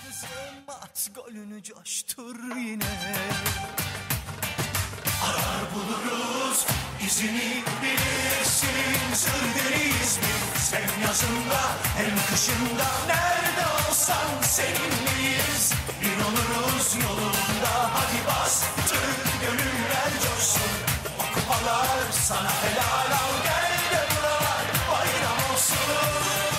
At golünü coştur yine. Arar buluruz izini bilirsin. Sırderiyiz biz hem yazında hem kışında. Nerede olsan seninleyiz. Bir oluruz yolunda. Hadi bastır gönüller coşsun. O kupalar sana helal al. Gel de buralar bayram olsun.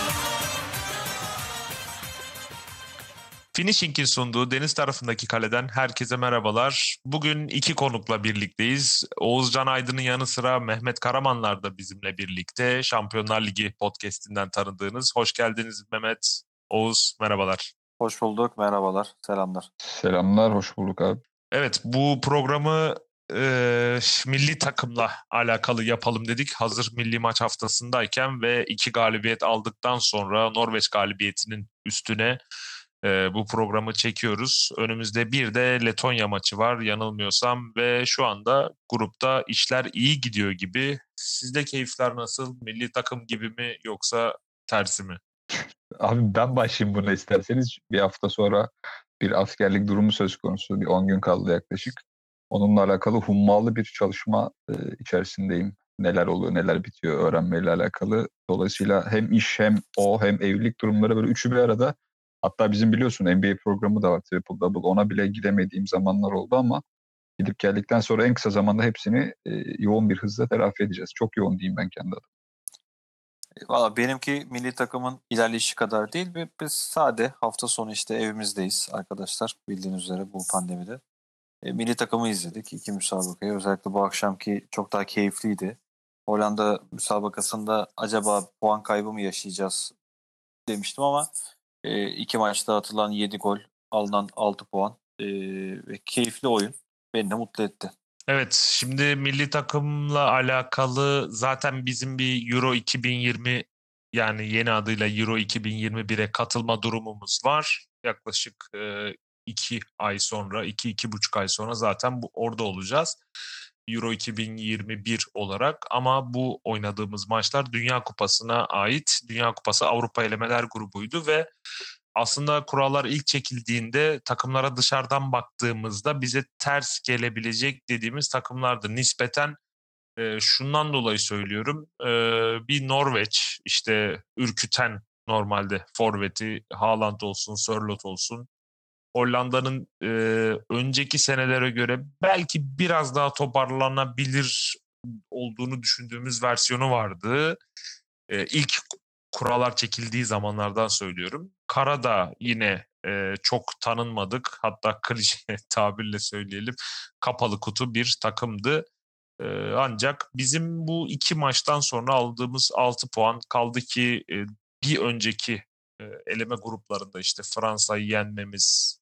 Finishing'in sunduğu Deniz Tarafındaki Kaleden herkese merhabalar. Bugün iki konukla birlikteyiz. Oğuzcan Aydın'ın yanı sıra Mehmet Karamanlar da bizimle birlikte. Şampiyonlar Ligi podcast'inden tanıdığınız. Hoş geldiniz Mehmet. Oğuz, merhabalar. Hoş bulduk, merhabalar, selamlar. Selamlar, hoş bulduk abi. Evet, bu programı milli takımla alakalı yapalım dedik. Hazır milli maç haftasındayken ve 2 galibiyet aldıktan sonra Norveç galibiyetinin üstüne bu programı çekiyoruz. Önümüzde bir de Letonya maçı var yanılmıyorsam ve şu anda grupta işler iyi gidiyor gibi. Sizde keyifler nasıl? Milli takım gibi mi yoksa tersi mi? Abi ben başlayayım buna isterseniz. Bir hafta sonra bir askerlik durumu söz konusu. Bir 10 gün kaldı yaklaşık. Onunla alakalı hummalı bir çalışma içerisindeyim. Neler oluyor, neler bitiyor öğrenmeyle alakalı. Dolayısıyla hem iş hem o hem evlilik durumları böyle üçü bir arada. Hatta bizim biliyorsun NBA programı da var, Triple Double. Ona bile gidemediğim zamanlar oldu ama gidip geldikten sonra en kısa zamanda hepsini yoğun bir hızla telafi edeceğiz. Çok yoğun diyeyim ben kendi adıma. Valla benimki milli takımın ilerleyişi kadar değil. Biz sade hafta sonu işte evimizdeyiz arkadaşlar. Bildiğiniz üzere bu pandemide. Milli takımı izledik. 2 müsabakayı. Özellikle bu akşamki çok daha keyifliydi. Hollanda müsabakasında acaba puan kaybı mı yaşayacağız demiştim ama 2 maçta atılan 7 gol, alınan 6 puan ve keyifli oyun beni de mutlu etti. Evet, şimdi milli takımla alakalı zaten bizim bir Euro 2020 yani yeni adıyla Euro 2021'e katılma durumumuz var. Yaklaşık 2 ay sonra, 2-2,5 ay sonra zaten orada olacağız. Euro 2021 olarak ama bu oynadığımız maçlar Dünya Kupası'na ait. Dünya Kupası Avrupa Elemeler grubuydu ve aslında kurallar ilk çekildiğinde takımlara dışarıdan baktığımızda bize ters gelebilecek dediğimiz takımlardı. Nispeten şundan dolayı söylüyorum. Bir Norveç işte ürküten normalde forveti Haaland olsun, Sørloth olsun. Hollanda'nın önceki senelere göre belki biraz daha toparlanabilir olduğunu düşündüğümüz versiyonu vardı. İlk kurallar çekildiği zamanlardan söylüyorum. Karadağ yine çok tanınmadık. Hatta klişe tabirle söyleyelim kapalı kutu bir takımdı. Ancak bizim bu 2 maçtan sonra aldığımız 6 puan kaldı ki bir önceki eleme gruplarında işte Fransa'yı yenmemiz,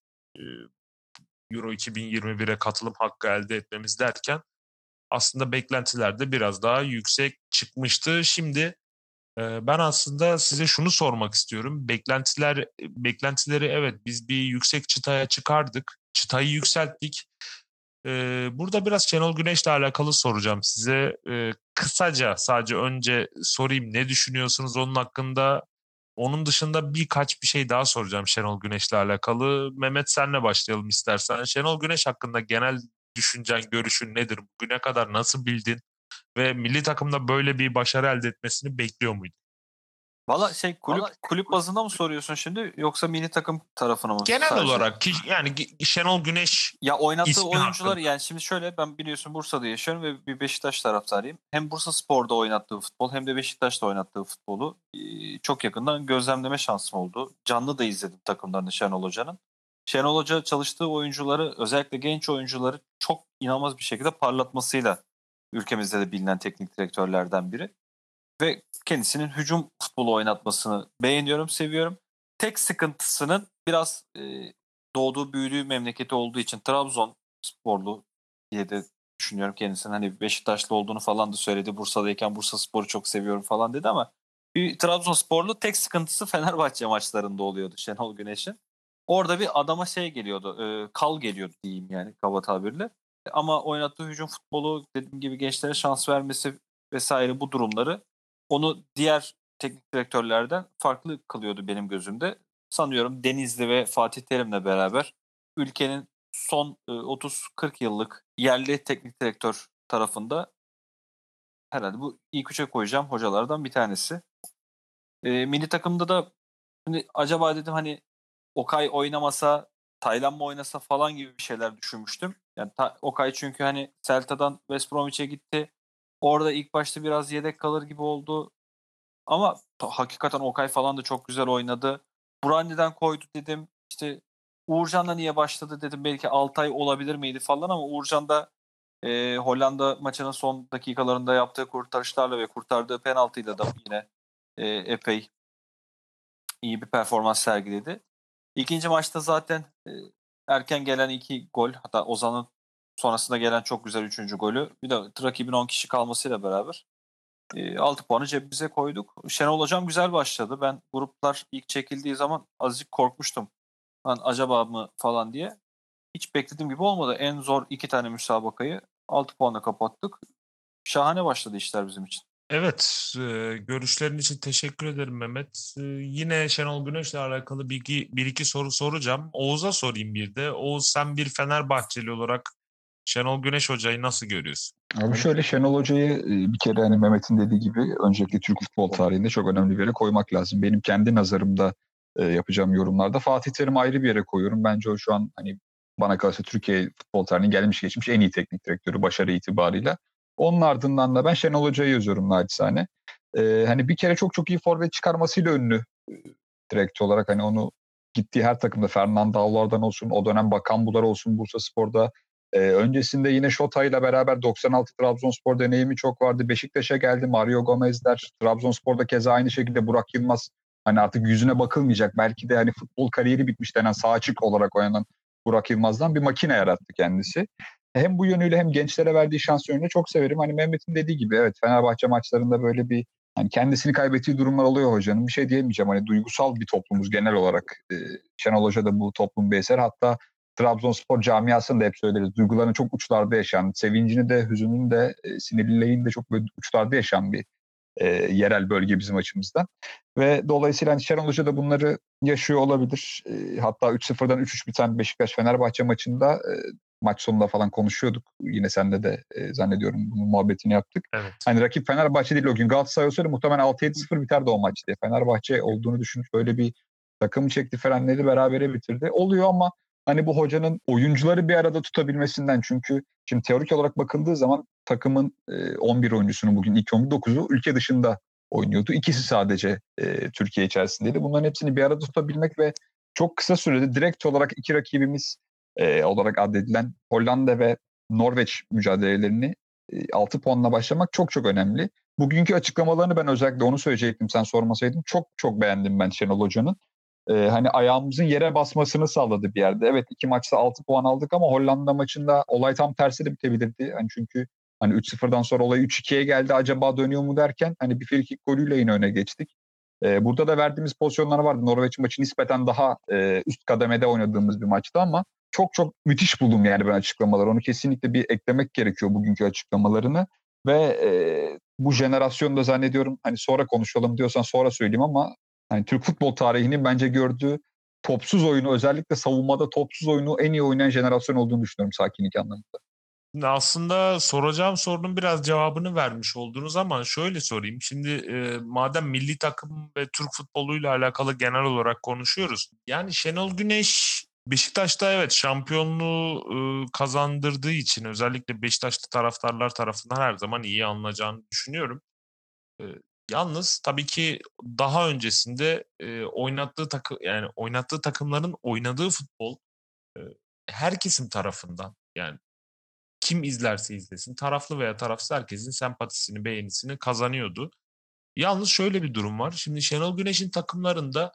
Euro 2021'e katılım hakkı elde etmemiz derken aslında beklentiler de biraz daha yüksek çıkmıştı. Şimdi ben aslında size şunu sormak istiyorum. Beklentileri evet biz bir yüksek çıtaya çıkardık. Çıtayı yükselttik. Burada biraz Şenol Güneş'le alakalı soracağım size. Kısaca sadece önce sorayım ne düşünüyorsunuz onun hakkında? Onun dışında birkaç bir şey daha soracağım Şenol Güneş'le alakalı. Mehmet senle başlayalım istersen. Şenol Güneş hakkında genel düşüncen, görüşün nedir? Bugüne kadar nasıl bildin? Ve milli takımda böyle bir başarı elde etmesini bekliyor muydun? Valla kulüp bazında mı soruyorsun şimdi yoksa milli takım tarafına mı? Genel sadece? olarak yani Şenol Güneş ya oynattığı ismi oyuncular hakkında. yani şimdi şöyle ben biliyorsun Bursa'da yaşıyorum ve bir Beşiktaş taraftarıyım. Hem Bursaspor'da oynattığı futbol hem de Beşiktaş'ta oynattığı futbolu çok yakından gözlemleme şansım oldu. Canlı da izledim takımlarını Şenol Hoca'nın. Şenol Hoca çalıştığı oyuncuları özellikle genç oyuncuları çok inanılmaz bir şekilde parlatmasıyla ülkemizde de bilinen teknik direktörlerden biri. Ve kendisinin hücum futbolu oynatmasını beğeniyorum, seviyorum. Tek sıkıntısının biraz doğduğu, büyüdüğü memleketi olduğu için Trabzonsporlu diye de düşünüyorum kendisinin. Hani Beşiktaşlı olduğunu falan da söyledi. Bursa'dayken Bursaspor'u çok seviyorum falan dedi ama bir Trabzonsporlu tek sıkıntısı Fenerbahçe maçlarında oluyordu Şenol Güneş'in. Orada bir adama şey geliyordu, kal geliyordu diyeyim yani kaba tabirle. Ama oynattığı hücum futbolu dediğim gibi gençlere şans vermesi vesaire bu durumları onu diğer teknik direktörlerden farklı kılıyordu benim gözümde. sanıyorum Denizli ve Fatih Terim'le beraber ülkenin son 30-40 yıllık yerli teknik direktör tarafında herhalde bu ilk üçe koyacağım hocalardan bir tanesi. Milli takımda da şimdi acaba dedim hani Okay oynamasa, Taylan mı oynasa falan gibi bir şeyler düşünmüştüm. Yani Okay çünkü hani Celta'dan West Bromwich'e gitti. Orada ilk başta biraz yedek kalır gibi oldu. Ama hakikaten Okay falan da çok güzel oynadı. Brandy'den koydu dedim. İşte Uğurcan'la niye başladı dedim. Belki Altay olabilir miydi falan ama Uğurcan da Hollanda maçının son dakikalarında yaptığı kurtarışlarla ve kurtardığı penaltıyla da yine epey iyi bir performans sergiledi. İkinci maçta zaten erken gelen 2 gol, hatta Ozan'ın sonrasında gelen çok güzel 3. golü, bir de rakibin 10 kişi kalmasıyla beraber 6 puanı cebimize koyduk. Şenol Hocam güzel başladı. Ben gruplar ilk çekildiği zaman azıcık korkmuştum. Lan acaba mı falan diye. Hiç beklediğim gibi olmadı. En zor 2 tane müsabakayı 6 puanla kapattık. Şahane başladı işler bizim için. Evet, görüşlerin için teşekkür ederim Mehmet. Yine Şenol Güneş'le alakalı bir iki soru soracağım. Oğuz'a sorayım bir de. Oğuz, sen bir Fenerbahçeli olarak Şenol Güneş hocayı nasıl görüyorsun? Abi şöyle, Şenol Hoca'yı bir kere hani Mehmet'in dediği gibi öncelikle Türk futbol tarihinde çok önemli bir yere koymak lazım. Benim kendi nazarımda yapacağım yorumlarda Fatih Terim'i ayrı bir yere koyuyorum. Bence o şu an hani bana kalırsa Türkiye futbol tarihinin gelmiş geçmiş en iyi teknik direktörü başarı itibarıyla. Onun ardından da ben Şenol Hoca'yı yazıyorum naçizane. Hani bir kere çok çok iyi forvet çıkarmasıyla ünlü e, direktör olarak, hani onu gittiği her takımda Fernando Aular'dan olsun, o dönem Bakan Bular olsun Bursaspor'da. Öncesinde yine Şota ile beraber 96 Trabzonspor deneyimi çok vardı. Beşiktaş'a geldi. Mario Gomez'ler. Trabzonspor'da keza aynı şekilde Burak Yılmaz. Hani artık yüzüne bakılmayacak. Belki de hani futbol kariyeri bitmiş denen sağ açık olarak oynanan Burak Yılmaz'dan bir makine yarattı kendisi. Hem bu yönüyle hem gençlere verdiği şans yönüyle çok severim. Hani Mehmet'in dediği gibi evet, Fenerbahçe maçlarında böyle bir hani kendisini kaybettiği durumlar oluyor hocanın. Bir şey diyemeyeceğim. Hani duygusal bir toplumuz genel olarak. Şenol Hoca da bu toplum bir eser. Hatta Trabzonspor camiasını da hep söyleriz. Duygularını çok uçlarda yaşayan, sevincini de, hüzününü de, sinirliliğini de çok böyle uçlarda yaşayan bir yerel bölge bizim açımızdan. Ve dolayısıyla hani Şenol Hoca da bunları yaşıyor olabilir. Hatta 3-0'dan 3-3 biten Beşiktaş-Fenerbahçe maçında maç sonunda falan konuşuyorduk. Yine senle de zannediyorum bunun muhabbetini yaptık. Evet. Hani rakip Fenerbahçe değil o gün. Galatasaray olsaydı muhtemelen 6-7-0 biterdi o maç diye. Fenerbahçe olduğunu düşünüp böyle bir takımı çekti, frenleri berabere bitirdi. Oluyor ama hani bu hocanın oyuncuları bir arada tutabilmesinden, çünkü şimdi teorik olarak bakıldığı zaman takımın 11 oyuncusunun bugün ilk 19'u ülke dışında oynuyordu. İkisi sadece Türkiye içerisindeydi. Bunların hepsini bir arada tutabilmek ve çok kısa sürede direkt olarak iki rakibimiz olarak addedilen Hollanda ve Norveç mücadelelerini 6 puanla başlamak çok çok önemli. Bugünkü açıklamalarını ben özellikle onu söyleyecektim sen sormasaydın. Çok çok beğendim ben Şenol Hoca'nın. Hani ayağımızın yere basmasını sağladı bir yerde. Evet, 2 maçta 6 puan aldık ama Hollanda maçında olay tam tersi de bitebilirdi. Hani çünkü hani 3-0'dan sonra olay 3-2'ye geldi, acaba dönüyor mu derken hani bir frikik golüyle yine öne geçtik. Burada da verdiğimiz pozisyonlar vardı. Norveç maçı nispeten daha üst kademede oynadığımız bir maçtı ama çok çok müthiş buldum yani ben açıklamaları. Onu kesinlikle bir eklemek gerekiyor bugünkü açıklamalarını. Ve bu jenerasyonda zannediyorum hani sonra konuşalım diyorsan sonra söyleyeyim ama hani Türk futbol tarihinin bence gördüğü topsuz oyunu, özellikle savunmada topsuz oyunu en iyi oynayan jenerasyon olduğunu düşünüyorum sakinlik anlamında. Aslında soracağım sorunun biraz cevabını vermiş oldunuz ama şöyle sorayım. Şimdi madem milli takım ve Türk futboluyla alakalı genel olarak konuşuyoruz. Yani Şenol Güneş Beşiktaş'ta evet şampiyonluğu kazandırdığı için özellikle Beşiktaşlı taraftarlar tarafından her zaman iyi alınacağını düşünüyorum. E, Yalnız tabii ki daha öncesinde oynattığı takımların oynadığı futbol e, her kesim tarafından, yani kim izlerse izlesin, taraflı veya tarafsız herkesin sempatisini, beğenisini kazanıyordu. Yalnız şöyle bir durum var. Şimdi Şenol Güneş'in takımlarında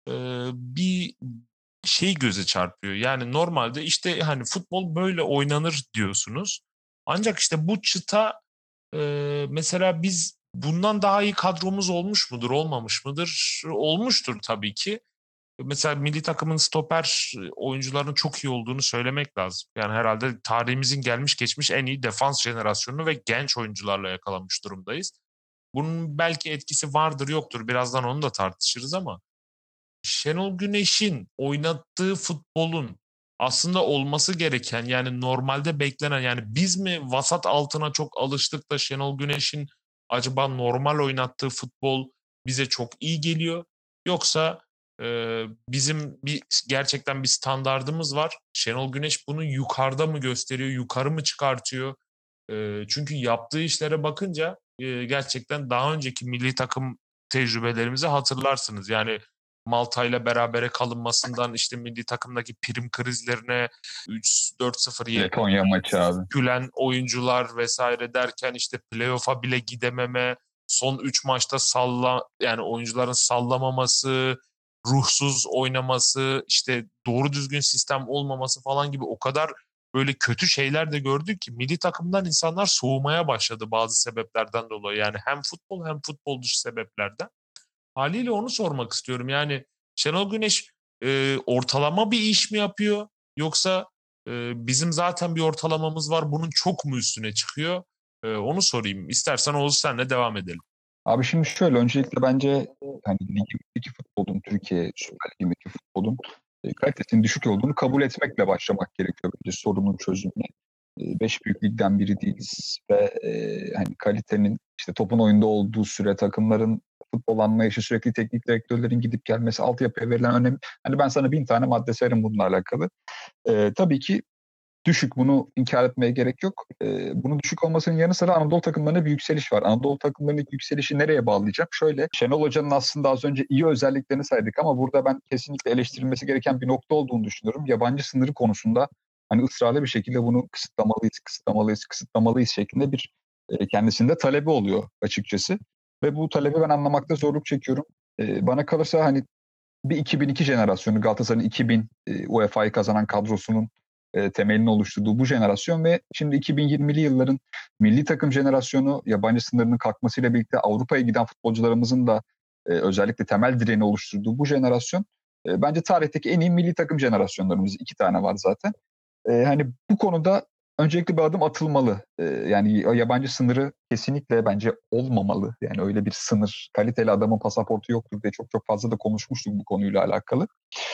bir şey göze çarpıyor. Yani normalde işte hani futbol böyle oynanır diyorsunuz. Ancak işte bu çıta mesela biz bundan daha iyi kadromuz olmuş mudur, olmamış mıdır? Olmuştur tabii ki. Mesela milli takımın stoper oyuncularının çok iyi olduğunu söylemek lazım. Yani herhalde tarihimizin gelmiş geçmiş en iyi defans jenerasyonunu ve genç oyuncularla yakalamış durumdayız. Bunun belki etkisi vardır yoktur. Birazdan onu da tartışırız ama Şenol Güneş'in oynattığı futbolun aslında olması gereken, yani normalde beklenen, yani biz mi vasat altına çok alıştık da Şenol Güneş'in acaba normal oynattığı futbol bize çok iyi geliyor, yoksa bizim gerçekten bir standardımız var. Şenol Güneş bunu yukarıda mı gösteriyor, yukarı mı çıkartıyor? Çünkü yaptığı işlere bakınca gerçekten daha önceki milli takım tecrübelerimizi hatırlarsınız. Yani Malta ile berabere kalınmasından işte milli takımdaki prim krizlerine, 3-4-0 Letonya maçı abi. gülen oyuncular vesaire derken işte playoff'a bile gidememe, son 3 maçta yani oyuncuların sallamaması, ruhsuz oynaması, işte doğru düzgün sistem olmaması falan gibi o kadar böyle kötü şeyler de gördük ki milli takımdan insanlar soğumaya başladı bazı sebeplerden dolayı. Yani hem futbol hem futbol dışı sebeplerden. Haliyle onu sormak istiyorum. Yani Şenol Güneş ortalama bir iş mi yapıyor? Yoksa bizim zaten bir ortalamamız var, bunun çok mu üstüne çıkıyor? Onu sorayım. İstersen Oğuz, senle devam edelim. Abi şimdi şöyle, öncelikle bence hani ligimdeki futbolun, Türkiye Süper Ligi'ndeki futbolun kalitesinin düşük olduğunu kabul etmekle başlamak gerekiyor bence sorunun çözümüne. Beş büyük ligden biri değiliz ve hani kalitenin, işte topun oyunda olduğu süre, takımların futbol anlayışı, sürekli teknik direktörlerin gidip gelmesi, altyapıya verilen önem. Hani ben sana 1000 tane madde sayarım bununla alakalı. Tabii ki düşük, bunu inkar etmeye gerek yok. Bunun düşük olmasının yanı sıra Anadolu takımlarında bir yükseliş var. Anadolu takımlarının yükselişi nereye bağlayacağım? Şöyle, Şenol Hoca'nın aslında az önce iyi özelliklerini saydık ama burada ben kesinlikle eleştirilmesi gereken bir nokta olduğunu düşünüyorum. Yabancı sınırı konusunda hani ısrarlı bir şekilde bunu kısıtlamalıyız şeklinde bir kendisinde talebi oluyor açıkçası. Ve bu talebi ben anlamakta zorluk çekiyorum. Bana kalırsa hani bir 2002 jenerasyonu, Galatasaray'ın 2000 UEFA'yı kazanan kadrosunun temelini oluşturduğu bu jenerasyon ve şimdi 2020'li yılların milli takım jenerasyonu, yabancı sınırının kalkmasıyla birlikte Avrupa'ya giden futbolcularımızın da özellikle temel direğini oluşturduğu bu jenerasyon bence tarihteki en iyi milli takım jenerasyonlarımız. 2 tane var zaten. Hani bu konuda öncelikle bir adım atılmalı. Yani o yabancı sınırı kesinlikle bence olmamalı. Yani öyle bir sınır, kaliteli adamın pasaportu yoktur diye çok fazla da konuşmuştuk bu konuyla alakalı.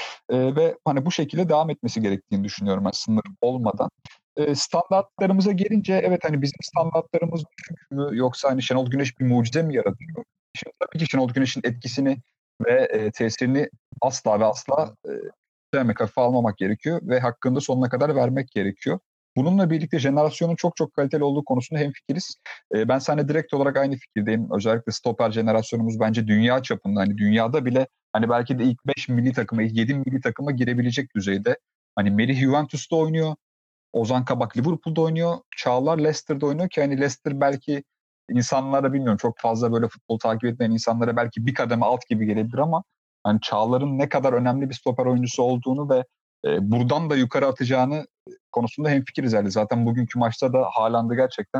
Ve hani bu şekilde devam etmesi gerektiğini düşünüyorum ben, sınır olmadan. Standartlarımıza gelince, evet hani bizim standartlarımız düşük mü, yoksa hani Şenol Güneş bir mucize mi yaratıyor? Şimdi tabii ki Şenol Güneş'in etkisini ve tesirini asla ve asla sevmek, hafife almamak gerekiyor ve hakkında sonuna kadar vermek gerekiyor. Bununla birlikte jenerasyonun çok kaliteli olduğu konusunda hemfikiriz. Ben seninle direkt olarak aynı fikirdeyim. Özellikle stoper jenerasyonumuz bence dünya çapında, hani dünyada bile hani belki de ilk 5 milli takıma, ilk 7 milli takıma girebilecek düzeyde. Hani Merih Juventus'ta oynuyor. Ozan Kabak Liverpool'da oynuyor. Çağlar Leicester'da oynuyor ki hani Leicester belki insanlara, bilmiyorum, çok fazla böyle futbol takip etmeyen insanlara belki bir kademe alt gibi gelebilir ama hani Çağlar'ın ne kadar önemli bir stoper oyuncusu olduğunu ve buradan da yukarı atacağını konusunda hemfikiriz yani. Zaten bugünkü maçta da Haaland'ı gerçekten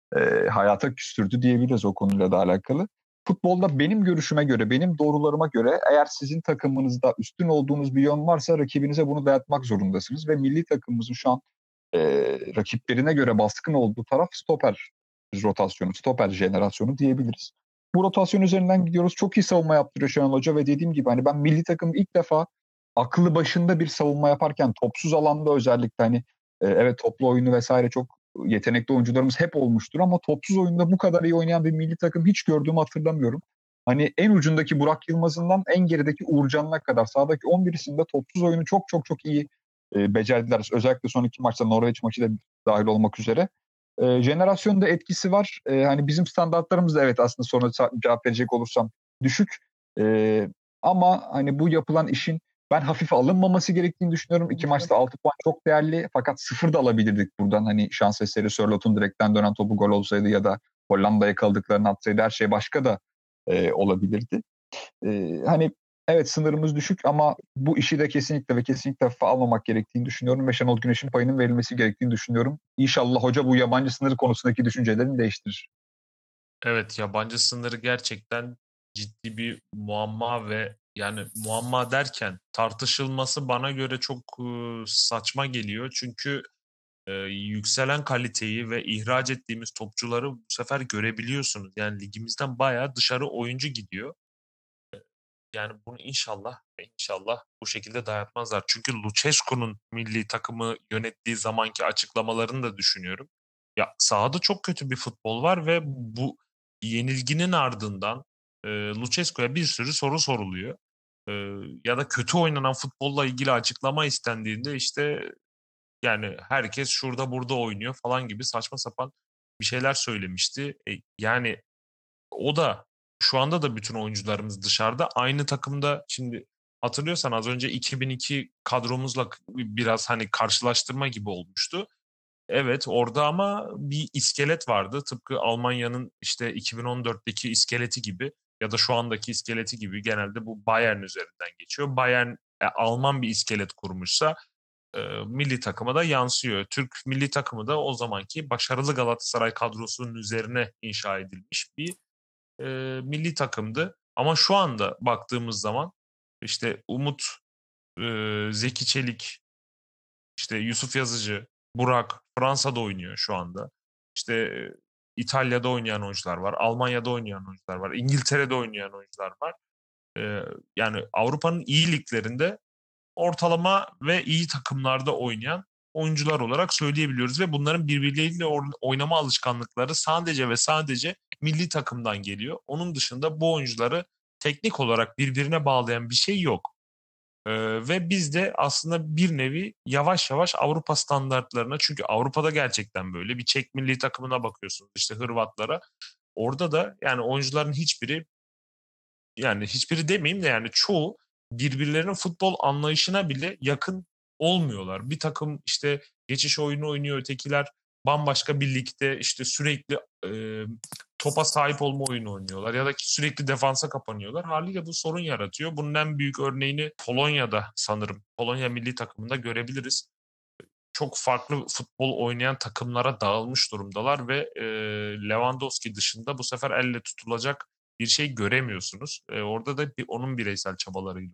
hayata küstürdü diyebiliriz o konuyla da alakalı. Futbolda benim görüşüme göre, benim doğrularıma göre eğer sizin takımınızda üstün olduğunuz bir yön varsa rakibinize bunu dayatmak zorundasınız ve milli takımımızın şu an e, rakiplerine göre baskın olduğu taraf stoper rotasyonu, stoper jenerasyonu diyebiliriz. Bu rotasyon üzerinden gidiyoruz. Çok iyi savunma yaptırıyor Şenol Hoca ve dediğim gibi hani ben milli takım ilk defa aklı başında bir savunma yaparken, topsuz alanda özellikle, hani evet toplu oyunu vesaire çok yetenekli oyuncularımız hep olmuştur ama topsuz oyunda bu kadar iyi oynayan bir milli takım hiç gördüğümü hatırlamıyorum. Hani en ucundaki Burak Yılmaz'ından en gerideki Uğurcan'ına kadar sahadaki 11'isinde topsuz oyunu çok iyi becerdiler. Özellikle son 2 maçta, Norveç maçı da dahil olmak üzere. Jenerasyonda etkisi var. Hani bizim standartlarımız da evet aslında, sonra cevap verecek olursam, düşük. E, Ama hani bu yapılan işin ben hafife alınmaması gerektiğini düşünüyorum. 2 maçta 6 puan çok değerli fakat 0 da alabilirdik buradan. Hani şans eseri Sörlot'un direkten dönen topu gol olsaydı ya da Hollanda'ya kaldıklarını atsaydı her şey başka da olabilirdi. Hani evet sınırımız düşük ama bu işi de kesinlikle hafife almamak gerektiğini düşünüyorum ve Şenol Güneş'in payının verilmesi gerektiğini düşünüyorum. İnşallah hoca bu yabancı sınırı konusundaki düşüncelerini değiştirir. Evet, yabancı sınırı gerçekten ciddi bir muamma ve yani muamma derken tartışılması bana göre çok saçma geliyor. Çünkü yükselen kaliteyi ve ihraç ettiğimiz topçuları bu sefer görebiliyorsunuz. Yani ligimizden bayağı dışarı oyuncu gidiyor. yani bunu inşallah bu şekilde dayatmazlar. Çünkü Lucescu'nun milli takımı yönettiği zamanki açıklamalarını da düşünüyorum. Ya sahada çok kötü bir futbol var ve bu yenilginin ardından Lucescu'ya bir sürü soru soruluyor. E, Ya da kötü oynanan futbolla ilgili açıklama istendiğinde işte yani herkes şurada burada oynuyor falan gibi saçma sapan bir şeyler söylemişti. Yani o da şu anda da bütün oyuncularımız dışarıda. Aynı takımda şimdi hatırlıyorsan az önce 2002 kadromuzla biraz hani karşılaştırma gibi olmuştu. Evet orada ama bir iskelet vardı. Tıpkı Almanya'nın işte 2014'teki iskeleti gibi ya da şu andaki iskeleti gibi genelde bu Bayern üzerinden geçiyor. Bayern Alman bir iskelet kurmuşsa milli takıma da yansıyor. Türk milli takımı da o zamanki başarılı Galatasaray kadrosunun üzerine inşa edilmiş bir milli takımdı. Ama şu anda baktığımız zaman işte Umut, Zeki Çelik, işte Yusuf Yazıcı, Burak Fransa'da oynuyor şu anda. İşte İtalya'da oynayan oyuncular var, Almanya'da oynayan oyuncular var, İngiltere'de oynayan oyuncular var. E, Yani Avrupa'nın iyi liglerinde ortalama ve iyi takımlarda oynayan oyuncular olarak söyleyebiliyoruz ve bunların birbirleriyle oynama alışkanlıkları sadece ve sadece milli takımdan geliyor. Onun dışında bu oyuncuları teknik olarak birbirine bağlayan bir şey yok. Ve biz de aslında bir nevi yavaş yavaş Avrupa standartlarına çünkü Avrupa'da gerçekten böyle bir Çek milli takımına bakıyorsunuz işte Hırvatlara. Orada da yani oyuncuların hiçbiri yani hiçbiri demeyeyim de yani çoğu birbirlerinin futbol anlayışına bile yakın olmuyorlar. Bir takım işte geçiş oyunu oynuyor, ötekiler bambaşka bir ligde işte sürekli topa sahip olma oyunu oynuyorlar ya da sürekli defansa kapanıyorlar. Haliyle bu sorun yaratıyor. Bunun en büyük örneğini Polonya'da sanırım, Polonya milli takımında görebiliriz. Çok farklı futbol oynayan takımlara dağılmış durumdalar ve Lewandowski dışında bu sefer elle tutulacak bir şey göremiyorsunuz. Orada da onun bireysel çabalarıyla.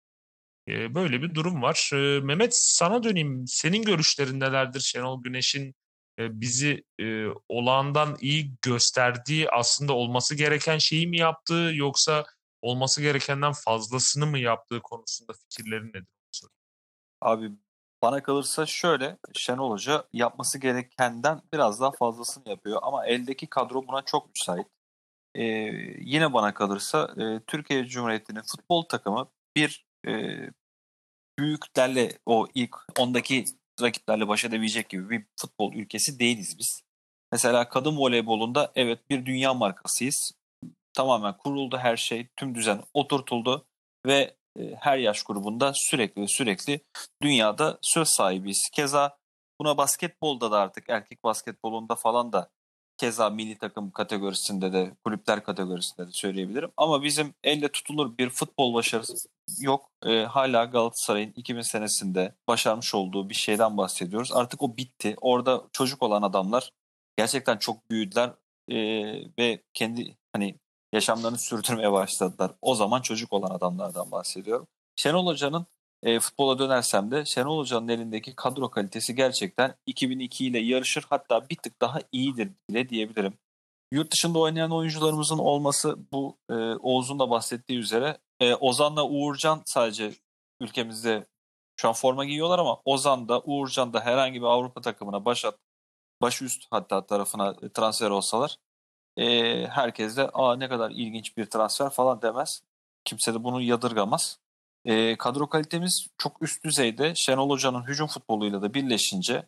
Böyle bir durum var. Mehmet sana döneyim. Senin görüşlerin nelerdir? Şenol Güneş'in bizi olağandan iyi gösterdiği aslında olması gereken şeyi mi yaptığı yoksa olması gerekenden fazlasını mı yaptığı konusunda fikirlerin nedir? Abi bana kalırsa şöyle, Şenol Hoca yapması gerekenden biraz daha fazlasını yapıyor ama eldeki kadro buna çok müsait. Ee, Yine bana kalırsa Türkiye Cumhuriyeti'nin futbol takımı bir büyüklerle o ilk ondaki rakiplerle baş edebilecek gibi bir futbol ülkesi değiliz biz. Mesela kadın voleybolunda evet bir dünya markasıyız. Tamamen kuruldu her şey, tüm düzen oturtuldu ve her yaş grubunda sürekli dünyada söz sahibiyiz. Keza buna basketbolda da artık erkek basketbolunda falan da keza milli takım kategorisinde de kulüpler kategorisinde de söyleyebilirim. Ama bizim elle tutulur bir futbol başarısı yok. Hala Galatasaray'ın 2000 senesinde başarmış olduğu bir şeyden bahsediyoruz. Artık o bitti. Orada çocuk olan adamlar gerçekten çok büyüdüler ve kendi hani yaşamlarını sürdürmeye başladılar. O zaman çocuk olan adamlardan bahsediyorum. Şenol Hoca'nın futbola dönersem de Şenol Hoca'nın elindeki kadro kalitesi gerçekten 2002 ile yarışır, hatta bir tık daha iyidir bile diyebilirim. Yurt dışında oynayan oyuncularımızın olması bu Oğuz'un da bahsettiği üzere Ozan'la Uğurcan sadece ülkemizde şu an forma giyiyorlar ama Ozan da Uğurcan da herhangi bir Avrupa takımına başüstü hatta tarafına transfer olsalar herkes de ne kadar ilginç bir transfer falan demez. Kimse de bunu yadırgamaz. Kadro kalitemiz çok üst düzeyde. Şenol Hoca'nın hücum futboluyla da birleşince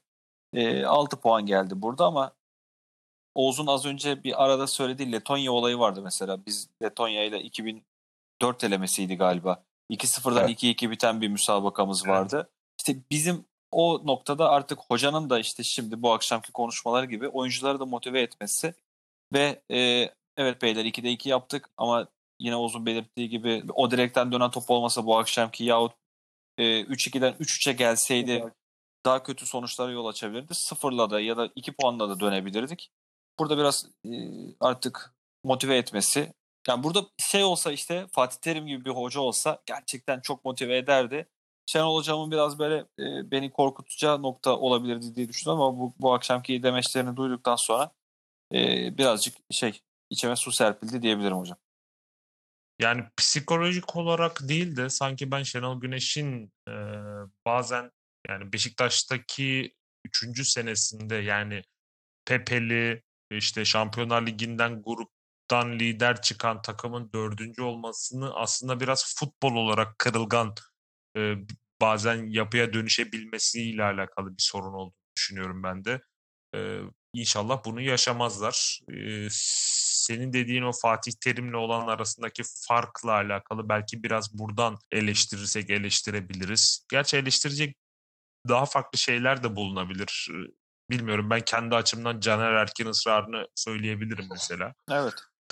6 puan geldi burada ama Oğuz'un az önce bir arada söylediği Letonya olayı vardı mesela. Biz Letonya ile 2004 elemesiydi galiba. 2-0'dan Evet. 2-2 biten bir müsabakamız vardı. İşte bizim o noktada artık hocanın da işte şimdi bu akşamki konuşmalar gibi oyuncuları da motive etmesi ve evet beyler 2'de 2 yaptık ama yine Oğuz'un belirttiği gibi o direkten dönen top olmasa bu akşamki yahut 3-2'den 3-3'e gelseydi daha kötü sonuçlara yol açabilirdi. Sıfırla da ya da 2 puanla da dönebilirdik. Burada biraz artık motive etmesi. Yani burada şey olsa işte Fatih Terim gibi bir hoca olsa gerçekten çok motive ederdi. Şenol Hocam'ın biraz böyle beni korkutacağı nokta olabilirdi diye düşünüyorum ama bu akşamki demeçlerini duyduktan sonra birazcık içime su serpildi diyebilirim hocam. Yani psikolojik olarak değil de sanki ben Şenol Güneş'in bazen yani Beşiktaş'taki 3. senesinde yani Pepeli işte Şampiyonlar Ligi'nden gruptan lider çıkan takımın 4. olmasını aslında biraz futbol olarak kırılgan e, bazen yapıya dönüşebilmesiyle alakalı bir sorun olduğunu düşünüyorum ben de. E, İnşallah bunu yaşamazlar. Senin dediğin o Fatih Terim'le olan arasındaki farkla alakalı belki biraz buradan eleştirirsek eleştirebiliriz. Gerçi eleştirecek daha farklı şeyler de bulunabilir. Bilmiyorum, ben kendi açımdan Caner Erkin ısrarını söyleyebilirim mesela. Evet.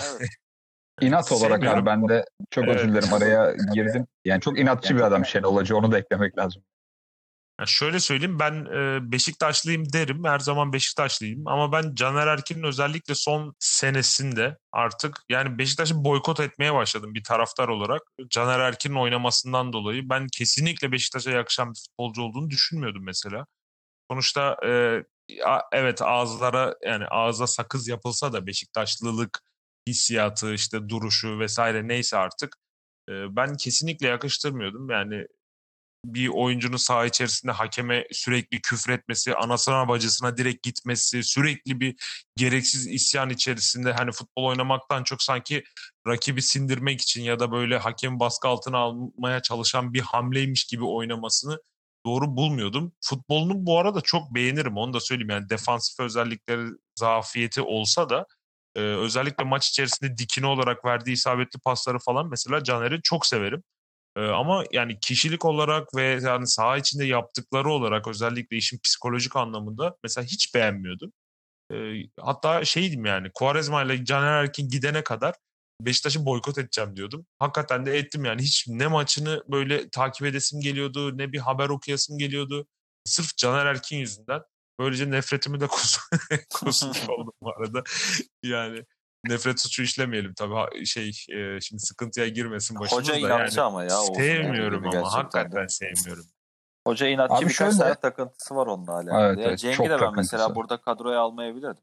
İnat olarak abi Sevmiyorum. ben de çok özür Evet. dilerim araya girdim. Yani çok inatçı bir adam Şenol Hoca, onu da eklemek lazım. Ya şöyle söyleyeyim, ben Beşiktaşlıyım derim. Her zaman Beşiktaşlıyım. Ama ben Caner Erkin'in özellikle son senesinde artık yani Beşiktaş'ı boykot etmeye başladım bir taraftar olarak. Caner Erkin'in oynamasından dolayı ben kesinlikle Beşiktaş'a yakışan bir futbolcu olduğunu düşünmüyordum mesela. Sonuçta evet, ağızlara yani ağza sakız yapılsa da Beşiktaşlılık hissiyatı işte duruşu vesaire neyse artık ben kesinlikle yakıştırmıyordum. Yani bir oyuncunun saha içerisinde hakeme sürekli küfretmesi, anasına bacısına direkt gitmesi, sürekli bir gereksiz isyan içerisinde hani futbol oynamaktan çok sanki rakibi sindirmek için ya da böyle hakem baskı altına almaya çalışan bir hamleymiş gibi oynamasını doğru bulmuyordum. Futbolunu bu arada çok beğenirim, onu da söyleyeyim. Yani defansif özellikleri, zafiyeti olsa da özellikle maç içerisinde dikine olarak verdiği isabetli pasları falan mesela Caner'i çok severim. Ama yani kişilik olarak ve yani saha içinde yaptıkları olarak özellikle işin psikolojik anlamında mesela hiç beğenmiyordum. Hatta şeydim yani Quaresma ile Caner Erkin gidene kadar Beşiktaş'ı boykot edeceğim diyordum. Hakikaten de ettim yani. Hiç ne maçını böyle takip edesim geliyordu ne bir haber okuyasım geliyordu. Sırf Caner Erkin yüzünden. Böylece nefretimi de kusmuş oldum bu arada. Yani nefret suçu işlemeyelim tabii. Şimdi sıkıntıya girmesin Hoca başımız da yani inatçı ama ya Oğuz'un dediği sevmiyorum gibi ama gerçekten de. hakikaten sevmiyorum. Hoca inatçı, Abi birkaç şöyle, tane takıntısı var onunla alakalı. evet Ya evet Cenk'i çok de ben mesela takıntısı. burada kadroya almayabilirdim.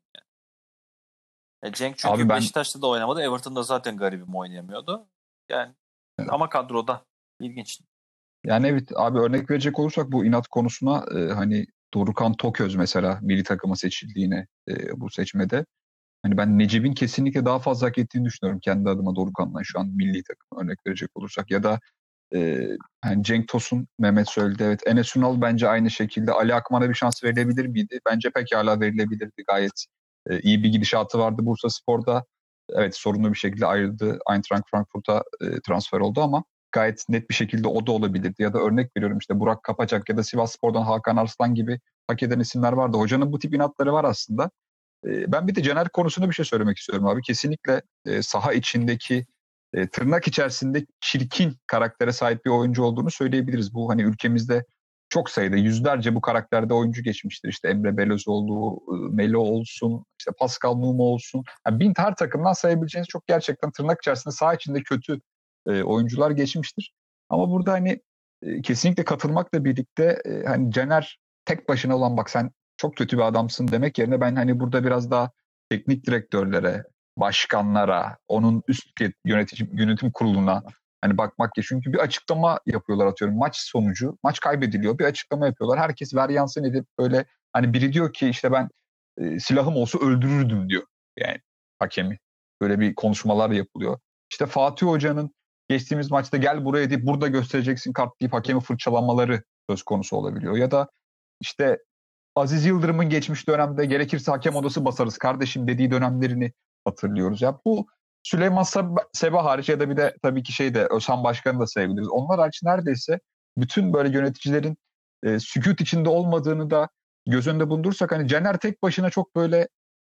Cenk Abi çünkü ben Beşiktaş'ta da oynamadı. Everton'da zaten garibim oynayamıyordu. Yani ama kadroda. İlginç. yani evet abi, örnek verecek olursak bu inat konusuna hani Dorukhan Toköz mesela milli takıma seçildiğine bu seçmede. Hani ben Necip'in kesinlikle daha fazla hak ettiğini düşünüyorum kendi adıma Dorukhan'dan şu an milli takım örnek verecek olursak. Ya da e, hani Cenk Tosun, Mehmet söyledi, evet, Enes Ünal bence aynı şekilde. Ali Akman'a bir şans verilebilir miydi? Bence pekala verilebilirdi. Gayet iyi bir gidişatı vardı Bursaspor'da. Evet, sorunlu bir şekilde ayrıldı. Eintracht Frankfurt'a transfer oldu ama gayet net bir şekilde o da olabilirdi. Ya da örnek veriyorum işte Burak Kapacak ya da Sivasspor'dan Hakan Arslan gibi hak eden isimler vardı. Hocanın bu tip inatları var aslında. Ben bir de Caner konusunda bir şey söylemek istiyorum abi. Kesinlikle saha içindeki tırnak içerisinde çirkin karaktere sahip bir oyuncu olduğunu söyleyebiliriz. Bu hani ülkemizde çok sayıda yüzlerce bu karakterde oyuncu geçmiştir. İşte Emre Belözoğlu, Melo olsun, işte Pascal Numa olsun. Yani her takımdan sayabileceğiniz çok gerçekten tırnak içerisinde saha içinde kötü oyuncular geçmiştir. Ama burada hani kesinlikle katılmakla birlikte hani Caner tek başına olan, bak sen çok kötü bir adamsın demek yerine ben hani burada biraz daha teknik direktörlere, başkanlara, onun üst yönetim kuruluna hani bakmak ya. Çünkü bir açıklama yapıyorlar, atıyorum maç sonucu, maç kaybediliyor, bir açıklama yapıyorlar. Herkes varyansın edip böyle hani biri diyor ki işte ben silahım olsa öldürürdüm diyor yani hakemi. Böyle bir konuşmalar yapılıyor. İşte Fatih Hoca'nın geçtiğimiz maçta gel buraya deyip burada göstereceksin kart deyip hakemi fırçalamaları söz konusu olabiliyor. Ya da işte Aziz Yıldırım'ın geçmiş dönemde gerekirse hakem odası basarız kardeşim dediği dönemlerini hatırlıyoruz. Ya bu Süleyman Seba hariç ya da bir de tabii ki Özhan Başkan'ı da sayabiliriz. Onlar hariç neredeyse bütün böyle yöneticilerin sükût içinde olmadığını da göz önünde bulundurursak hani Caner tek başına çok böyle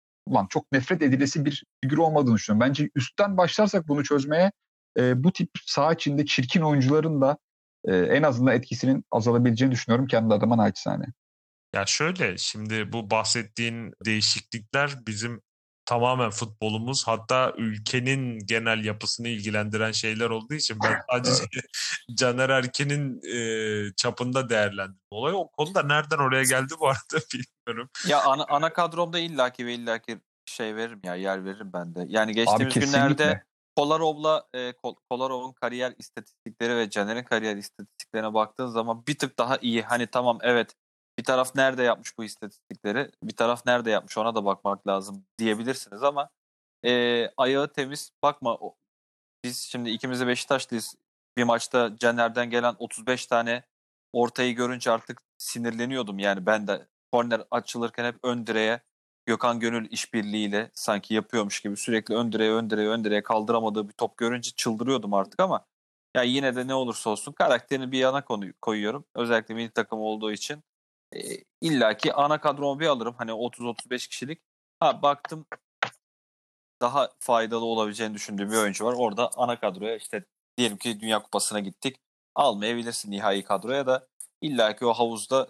çok nefret edilesi bir figür olmadığını düşünüyorum. Bence üstten başlarsak bunu çözmeye bu tip saha içinde çirkin oyuncuların da en azından etkisinin azalabileceğini düşünüyorum kendi adıma naçizane. Ya şöyle, şimdi bu bahsettiğin değişiklikler bizim tamamen futbolumuz, hatta ülkenin genel yapısını ilgilendiren şeyler olduğu için ben sadece Caner Erkin'in çapında değerlendim olayı. O konuda nereden oraya geldi bu arada bilmiyorum. Ya ana kadromda illaki ve illaki şey veririm ya, yer veririm ben de. Yani Abi geçtiğimiz günlerde kesinlikle. Kolarov'un kariyer istatistikleri ve Caner'in kariyer istatistiklerine baktığın zaman bir tık daha iyi. Hani tamam, evet, bir taraf nerede yapmış bu istatistikleri, bir taraf nerede yapmış ona da bakmak lazım diyebilirsiniz ama ayağı temiz. Bakma, biz şimdi ikimiz de Beşiktaşlıyız. Bir maçta Caner'den gelen 35 tane ortayı görünce artık sinirleniyordum. Yani ben de korner açılırken hep ön direğe Gökhan Gönül işbirliğiyle sanki yapıyormuş gibi sürekli ön direğe kaldıramadığı bir top görünce çıldırıyordum artık ama ya yine de ne olursa olsun karakterini bir yana koyuyorum. Özellikle milli takım olduğu için illaki ana kadromu bir alırım. Hani 30-35 kişilik. Ha, baktım daha faydalı olabileceğini düşündüğüm bir oyuncu var. Orada ana kadroya işte diyelim ki Dünya Kupası'na gittik. Almayabilirsin nihai kadroya da illaki o havuzda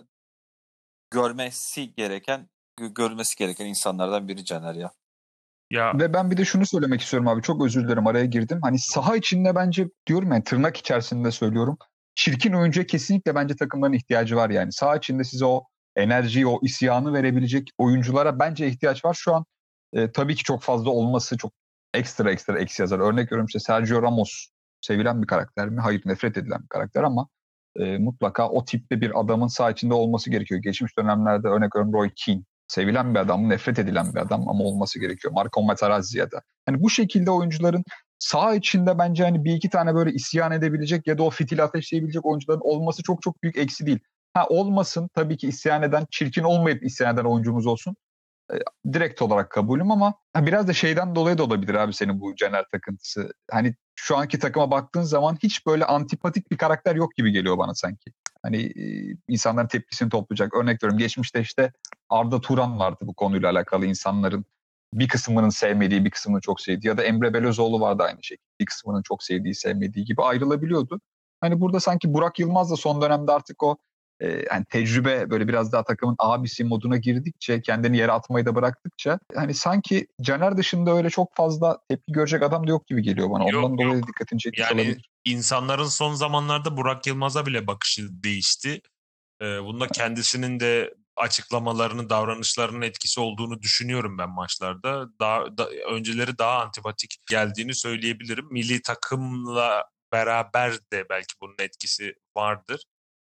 görmesi gereken insanlardan biri Caner ya. Ya Ve ben bir de şunu söylemek istiyorum abi. Çok özür dilerim, araya girdim. Hani saha içinde bence diyorum yani, tırnak içerisinde söylüyorum. Çirkin oyuncuya kesinlikle bence takımların ihtiyacı var yani. Saha içinde size o enerjiyi, o isyanı verebilecek oyunculara bence ihtiyaç var. Şu an tabii ki çok fazla olması çok ekstra eksi yazar. Örnek veriyorum, işte Sergio Ramos sevilen bir karakter mi? Hayır, nefret edilen bir karakter ama mutlaka o tipte bir adamın saha içinde olması gerekiyor. Geçmiş dönemlerde örnek veriyorum Roy Keane. Sevilen bir adam, nefret edilen bir adam ama olması gerekiyor. Marco Materazzi ya da. Hani bu şekilde oyuncuların saha içinde bence hani bir iki tane böyle isyan edebilecek ya da o fitili ateşleyebilecek oyuncuların olması çok çok büyük eksi değil. Ha, olmasın tabii ki, isyan eden, çirkin olmayıp isyan eden oyuncumuz olsun. Direkt olarak kabulüm ama biraz da şeyden dolayı da olabilir abi senin bu Caner takıntısı. Hani şu anki takıma baktığın zaman hiç böyle antipatik bir karakter yok gibi geliyor bana sanki. Hani insanların tepkisini toplayacak. Örnek veriyorum, geçmişte işte Arda Turan vardı bu konuyla alakalı, insanların bir kısmının sevmediği, bir kısmının çok sevdiği, ya da Emre Belözoğlu vardı aynı şekilde. Bir kısmının çok sevdiği, sevmediği gibi ayrılabiliyordu. Hani burada sanki Burak Yılmaz da son dönemde artık o yani tecrübe böyle biraz daha takımın abisi moduna girdikçe, kendini yere atmayı da bıraktıkça hani sanki Caner dışında öyle çok fazla tepki görecek adam da yok gibi geliyor bana. Ondan yok dolayı yok. da dikkatini çekmiş Yani olabilir. insanların son zamanlarda Burak Yılmaz'a bile bakışı değişti. Bunda kendisinin de açıklamalarının, davranışlarının etkisi olduğunu düşünüyorum ben maçlarda. Önceleri daha antipatik geldiğini söyleyebilirim. Milli takımla beraber de belki bunun etkisi vardır.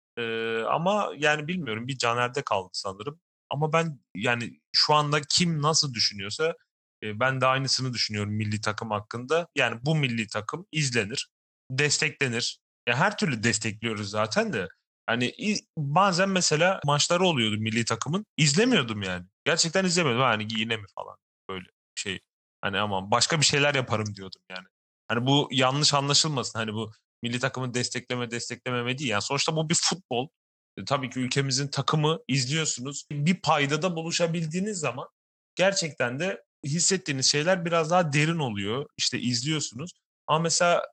Ama yani bilmiyorum, bir Caner'de kaldı sanırım. Ama ben yani şu anda kim nasıl düşünüyorsa ben de aynısını düşünüyorum milli takım hakkında. Yani bu milli takım izlenir, desteklenir. Ya her türlü destekliyoruz zaten de. Hani bazen mesela maçları oluyordu milli takımın. İzlemiyordum yani. Gerçekten izlemiyordum. Hani yine mi falan böyle şey. Hani aman başka bir şeyler yaparım diyordum yani. Hani bu yanlış anlaşılmasın. Hani bu milli takımı desteklememe değil. Yani sonuçta bu bir futbol. Tabii ki ülkemizin takımı izliyorsunuz. Bir paydada buluşabildiğiniz zaman gerçekten de hissettiğiniz şeyler biraz daha derin oluyor. İşte izliyorsunuz. Ama mesela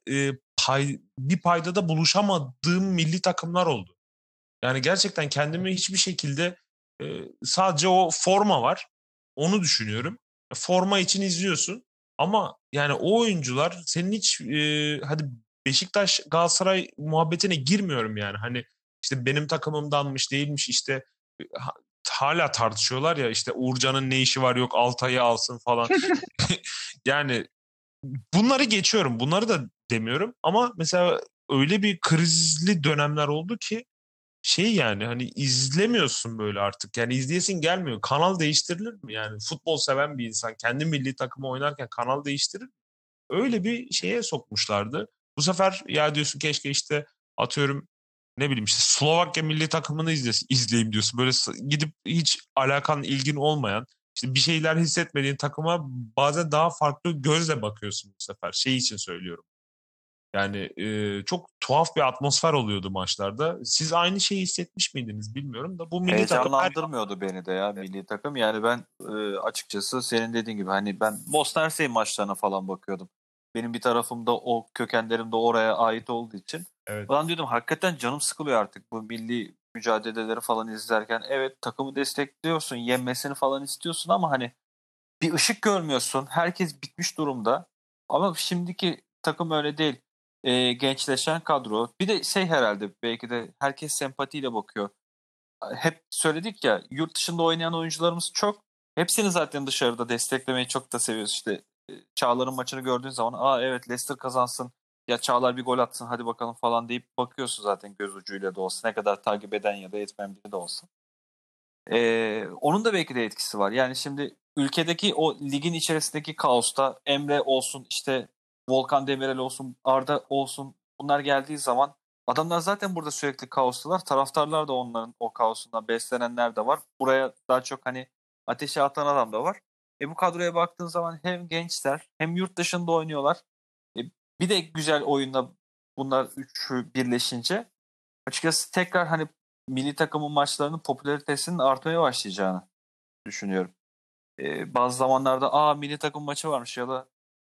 bir paydada buluşamadığım milli takımlar oldu. Yani gerçekten kendimi hiçbir şekilde sadece o forma var. Onu düşünüyorum. Forma için izliyorsun. Ama yani o oyuncular senin hiç hadi Beşiktaş Galatasaray muhabbetine girmiyorum yani. Hani işte benim takımımdanmış değilmiş işte hala tartışıyorlar ya, işte Uğurcan'ın ne işi var, yok Altay'ı alsın falan. Yani bunları geçiyorum. Bunları da demiyorum ama mesela öyle bir krizli dönemler oldu ki yani hani izlemiyorsun böyle artık. Yani izleyesin gelmiyor. Kanal değiştirilir mi? Yani futbol seven bir insan kendi milli takımı oynarken kanal değiştirir mi? Öyle bir şeye sokmuşlardı. Bu sefer ya diyorsun keşke işte atıyorum ne bileyim işte Slovakya milli takımını izleyeyim diyorsun. Böyle gidip hiç alakan, ilgin olmayan, işte bir şeyler hissetmediğin takıma bazen daha farklı gözle bakıyorsun bu sefer. Şey için söylüyorum. Yani çok tuhaf bir atmosfer oluyordu maçlarda. Siz aynı şeyi hissetmiş miydiniz bilmiyorum da bu milli takım her Heyecanlandırmıyordu beni de ya milli takım. Yani ben açıkçası senin dediğin gibi hani ben Bosna Hersek maçlarına falan bakıyordum. Benim bir tarafımda o kökenlerim de oraya ait olduğu için. evet. Ben diyordum hakikaten canım sıkılıyor artık bu milli mücadeleleri falan izlerken. Evet, takımı destekliyorsun, yenmesini falan istiyorsun ama hani bir ışık görmüyorsun. Herkes bitmiş durumda. Ama şimdiki takım öyle değil. Gençleşen kadro. Bir de herhalde belki de herkes sempatiyle bakıyor. Hep söyledik ya, yurt dışında oynayan oyuncularımız çok. Hepsini zaten dışarıda desteklemeyi çok da seviyoruz. İşte Çağlar'ın maçını gördüğün zaman evet Leicester kazansın ya Çağlar bir gol atsın hadi bakalım falan deyip bakıyorsun zaten göz ucuyla da olsa ne kadar takip eden ya da etmeyen biri de olsa. Onun da belki de etkisi var. Yani şimdi ülkedeki o ligin içerisindeki kaosta Emre olsun işte Volkan Demirel olsun Arda olsun bunlar geldiği zaman adamlar zaten burada sürekli kaostalar. Taraftarlar da onların o kaosundan beslenenler de var. Buraya daha çok hani ateşe atan adam da var. Bu kadroya baktığın zaman hem gençler hem yurt dışında oynuyorlar. Bir de güzel oyunda bunlar üçü birleşince açıkçası tekrar hani milli takımın maçlarının popülaritesinin artmaya başlayacağını düşünüyorum. Bazı zamanlarda milli takım maçı varmış ya da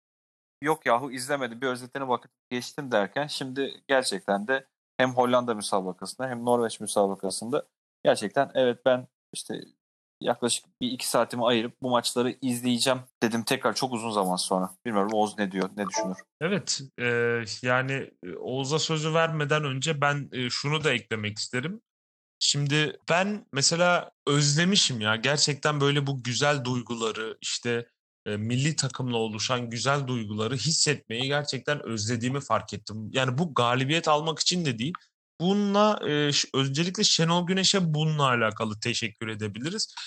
yok yahu izlemedim bir özetine bakıp geçtim derken şimdi gerçekten de hem Hollanda müsabakasında hem Norveç müsabakasında gerçekten evet ben işte yaklaşık bir 2 saatimi ayırıp bu maçları izleyeceğim dedim tekrar çok uzun zaman sonra. Bilmiyorum Oğuz ne diyor, ne düşünür? Evet, yani Oğuz'a sözü vermeden önce ben şunu da eklemek isterim. Şimdi ben mesela özlemişim ya gerçekten böyle bu güzel duyguları işte milli takımla oluşan güzel duyguları hissetmeyi gerçekten özlediğimi fark ettim. Yani bu galibiyet almak için de değil. Bununla öncelikle Şenol Güneş'e bununla alakalı teşekkür edebiliriz.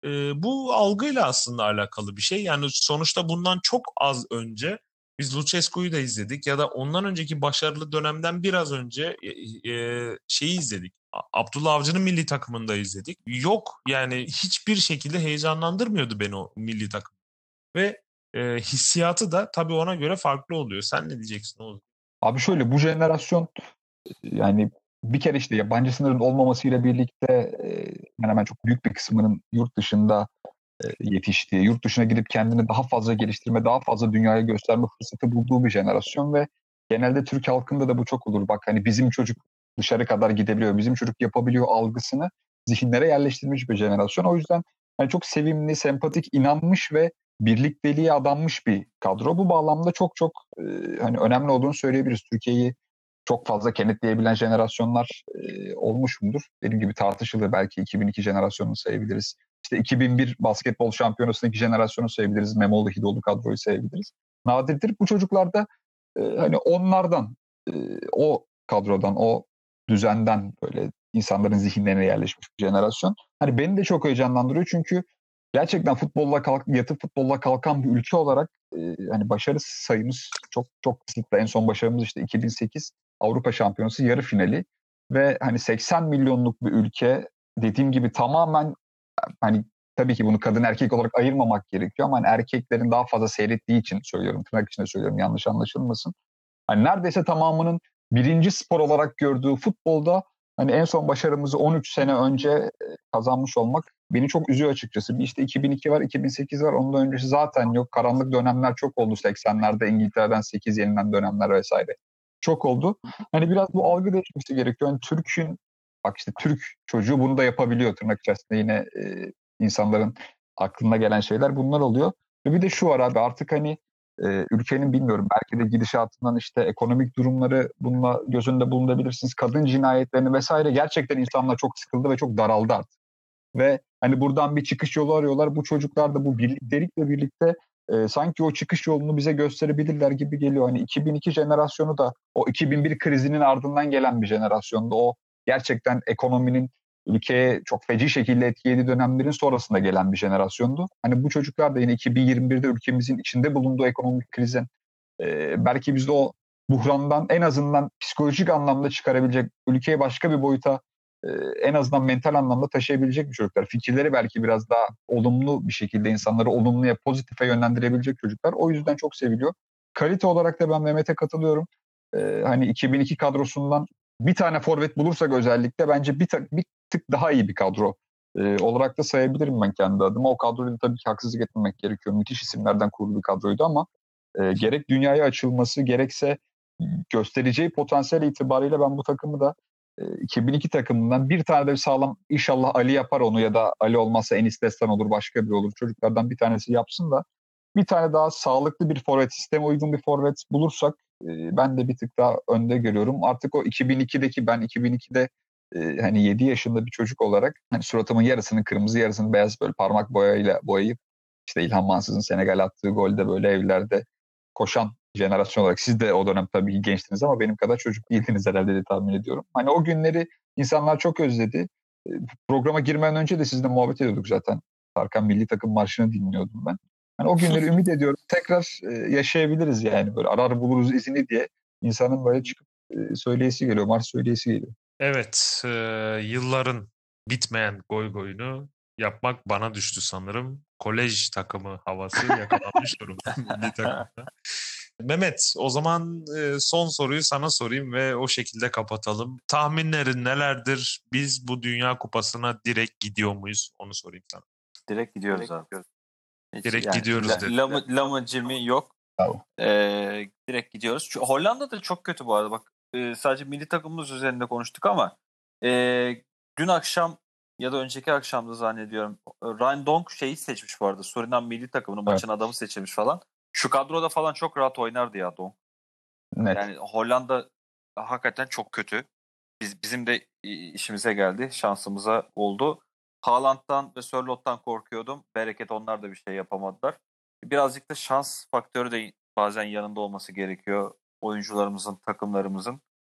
Bu algıyla aslında alakalı bir şey. Yani sonuçta bundan çok az önce biz Lucescu'yu da izledik ya da ondan önceki başarılı dönemden biraz önce şeyi izledik. Abdullah Avcı'nın milli takımında izledik. Yok yani hiçbir şekilde heyecanlandırmıyordu beni o milli takım. Ve hissiyatı da tabii ona göre farklı oluyor. Sen ne diyeceksin Oğuz? Abi şöyle bu jenerasyon yani bir kere işte yabancı sınırın olmamasıyla birlikte hemen hemen çok büyük bir kısmının yurt dışında yetiştiği, yurt dışına gidip kendini daha fazla geliştirme, daha fazla dünyaya gösterme fırsatı bulduğu bir jenerasyon ve genelde Türk halkında da bu çok olur. Bak hani bizim çocuk dışarı kadar gidebiliyor, bizim çocuk yapabiliyor algısını zihinlere yerleştirmiş bir jenerasyon. O yüzden hani çok sevimli, sempatik, inanmış ve birlikteliğe adanmış bir kadro. Bu bağlamda çok çok hani önemli olduğunu söyleyebiliriz. Türkiye'yi çok fazla kenetleyebilen jenerasyonlar olmuş mudur? Dediğim gibi tartışılır. Belki 2002 jenerasyonunu sayabiliriz. İşte 2001 basketbol şampiyonasındaki jenerasyonu sayabiliriz. Memoğlu, Hidoğlu kadroyu sayabiliriz. Nadirdir. Bu çocuklarda hani onlardan, o kadrodan, o düzenden böyle insanların zihinlerine yerleşmiş bir jenerasyon. Hani beni de çok heyecanlandırıyor çünkü gerçekten yatıp futbolla kalkan bir ülke olarak hani başarı sayımız çok çok kısıtlı. En son başarımız işte 2008 Avrupa Şampiyonası yarı finali ve hani 80 milyonluk bir ülke dediğim gibi tamamen hani tabii ki bunu kadın erkek olarak ayırmamak gerekiyor ama hani erkeklerin daha fazla seyrettiği için söylüyorum, tırnak içinde söylüyorum yanlış anlaşılmasın. Hani neredeyse tamamının birinci spor olarak gördüğü futbolda hani en son başarımızı 13 sene önce kazanmış olmak beni çok üzüyor açıkçası. Bir işte 2002 var, 2008 var. Ondan öncesi zaten yok. Karanlık dönemler çok oldu 80'lerde. İngiltere'den 8 yenilen dönemler vesaire. Çok oldu. Hani biraz bu algı değişmesi gerekiyor. Yani bak işte Türk çocuğu bunu da yapabiliyor tırnak içerisinde yine insanların aklına gelen şeyler bunlar oluyor. Ve bir de şu var abi artık hani ülkenin bilmiyorum belki de gidişatından işte ekonomik durumları bununla göz önünde bulundurabilirsiniz. Kadın cinayetlerini vesaire gerçekten insanlar çok sıkıldı ve çok daraldı artık. Ve hani buradan bir çıkış yolu arıyorlar. Bu çocuklar da bu birliktelikle birlikte sanki o çıkış yolunu bize gösterebilirler gibi geliyor. Hani 2002 jenerasyonu da o 2001 krizinin ardından gelen bir jenerasyondu. O gerçekten ekonominin ülkeye çok feci şekilde etkilediği dönemlerin sonrasında gelen bir jenerasyondu. Hani bu çocuklar da yine 2021'de ülkemizin içinde bulunduğu ekonomik krizin belki biz de o buhrandan en azından psikolojik anlamda çıkarabilecek, ülkeyi başka bir boyuta en azından mental anlamda taşıyabilecek bir çocuklar. Fikirleri belki biraz daha olumlu bir şekilde insanları olumluya, pozitife yönlendirebilecek çocuklar. O yüzden çok seviliyor. Kalite olarak da ben Mehmet'e katılıyorum. Hani 2002 kadrosundan bir tane forvet bulursak özellikle bence bir tık daha iyi bir kadro olarak da sayabilirim ben kendi adıma. O kadroyu tabii ki haksızlık etmemek gerekiyor. Müthiş isimlerden kurulu bir kadroydu ama gerek dünyaya açılması gerekse göstereceği potansiyel itibariyle ben bu takımı da 2002 takımından bir tane de bir sağlam inşallah Ali yapar onu ya da Ali olmazsa Enis Destan olur başka biri olur. Çocuklardan bir tanesi yapsın da bir tane daha sağlıklı bir forvet, sisteme uygun bir forvet bulursak ben de bir tık daha önde görüyorum. Artık o 2002'deki ben 2002'de hani 7 yaşında bir çocuk olarak hani suratımın yarısını kırmızı yarısını beyaz böyle parmak boyayla boyayıp İşte İlhan Mansız'ın Senegal attığı golde böyle evlerde koşan jenerasyon olarak. Siz de o dönem tabii ki gençtiniz ama benim kadar çocuk değildiniz herhalde diye tahmin ediyorum. Hani o günleri insanlar çok özledi. Programa girmeden önce de sizinle muhabbet ediyorduk zaten. Tarkan Milli Takım Marşı'nı dinliyordum ben. Hani o günleri ümit ediyorum. Tekrar yaşayabiliriz yani. Böyle arar buluruz izini diye insanın böyle çıkıp söyleyesi geliyor. Marş söyleyesi geliyor. Evet, yılların bitmeyen goy goyunu yapmak bana düştü sanırım. Kolej takımı havası yakalanmış durumda milli takımda. Mehmet, o zaman son soruyu sana sorayım ve o şekilde kapatalım. Tahminlerin nelerdir? Biz bu Dünya Kupası'na direkt gidiyor muyuz? Onu sorayım sana. Direkt gidiyoruz abi. Hiç Direkt gidiyoruz dedi. Lamıcımı yok. Bravo. Direkt gidiyoruz. Hollanda da çok kötü bu arada. Bak sadece milli takımımız üzerinde konuştuk ama dün akşam ya da önceki akşamda zannediyorum Ryan Donk şeyi seçmiş bu arada. Surinam milli takımının maçın adamı seçilmiş falan. Şu kadroda falan çok rahat oynardı ya Donk. Net. Yani Hollanda hakikaten çok kötü. Bizim de işimize geldi. Şansımıza oldu. Haaland'dan ve Sörlot'tan korkuyordum. Bereket onlar da bir şey yapamadılar. Birazcık da şans faktörü de bazen yanında olması gerekiyor oyuncularımızın, takımlarımızın.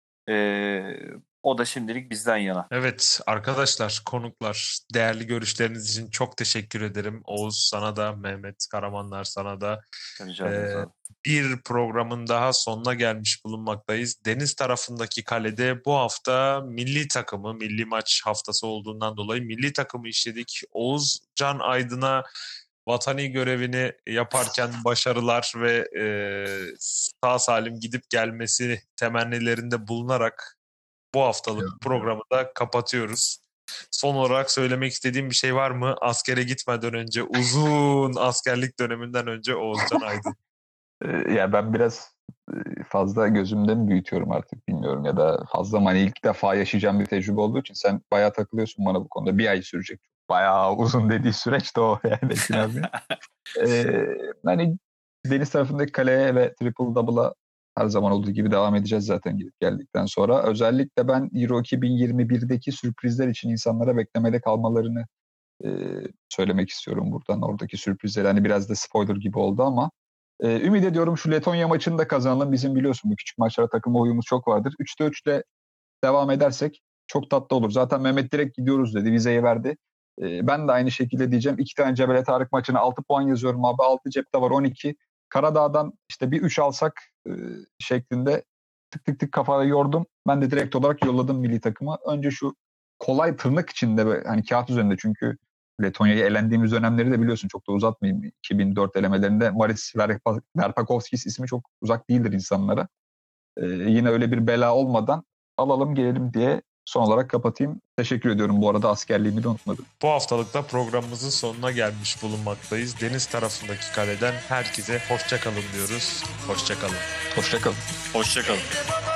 O da şimdilik bizden yana. Evet arkadaşlar, konuklar, değerli görüşleriniz için çok teşekkür ederim. Oğuz sana da, Mehmet Karamanlar sana da. Rica ederiz abi. Bir programın daha sonuna gelmiş bulunmaktayız. Deniz tarafındaki kalede bu hafta milli takımı, milli maç haftası olduğundan dolayı milli takımı işledik. Oğuz Can Aydın'a vatani görevini yaparken başarılar ve sağ salim gidip gelmesi temennilerinde bulunarak bu haftalık programı da kapatıyoruz. Son olarak söylemek istediğim bir şey var mı? Askere gitmeden önce, uzun askerlik döneminden önce Oğuzcan Aydın. Ya ben biraz fazla gözümde mi büyütüyorum artık bilmiyorum ya da fazla hani ilk defa yaşayacağım bir tecrübe olduğu için sen bayağı takılıyorsun bana bu konuda. Bir ay sürecek. Bayağı uzun dediği süreç de o yani Ekin abi. Hani deniz tarafındaki kaleye ve triple double'a her zaman olduğu gibi devam edeceğiz zaten gidip geldikten sonra. Özellikle ben Euro 2021'deki sürprizler için insanlara beklemede kalmalarını söylemek istiyorum buradan. Oradaki sürprizler hani biraz da spoiler gibi oldu ama ümit ediyorum şu Letonya maçını da kazanalım. Bizim biliyorsun bu küçük maçlara takılma huyumuz çok vardır. 3'te 3'le devam edersek çok tatlı olur. Zaten Mehmet direkt gidiyoruz dedi. Vizeyi verdi. Ben de aynı şekilde diyeceğim. 2 tane Cebele Tarık maçına 6 puan yazıyorum abi. 6 cepte var 12. Karadağ'dan işte bir 3 alsak şeklinde tık tık tık kafada yordum. Ben de direkt olarak yolladım milli takıma. Önce şu kolay tırnak içinde hani kağıt üzerinde çünkü Letonya'yı elendiğimiz dönemleri de biliyorsun çok da uzatmayayım. 2004 elemelerinde Maris Verpakovskis ismi çok uzak değildir insanlara. Yine öyle bir bela olmadan alalım gelelim diye son olarak kapatayım. Teşekkür ediyorum bu arada askerliğimi de unutmadım. Bu haftalıkta programımızın sonuna gelmiş bulunmaktayız. Deniz tarafındaki kaleden herkese hoşça kalın diyoruz. Hoşça kalın. Hoşça kalın. Hoşça kalın. Bana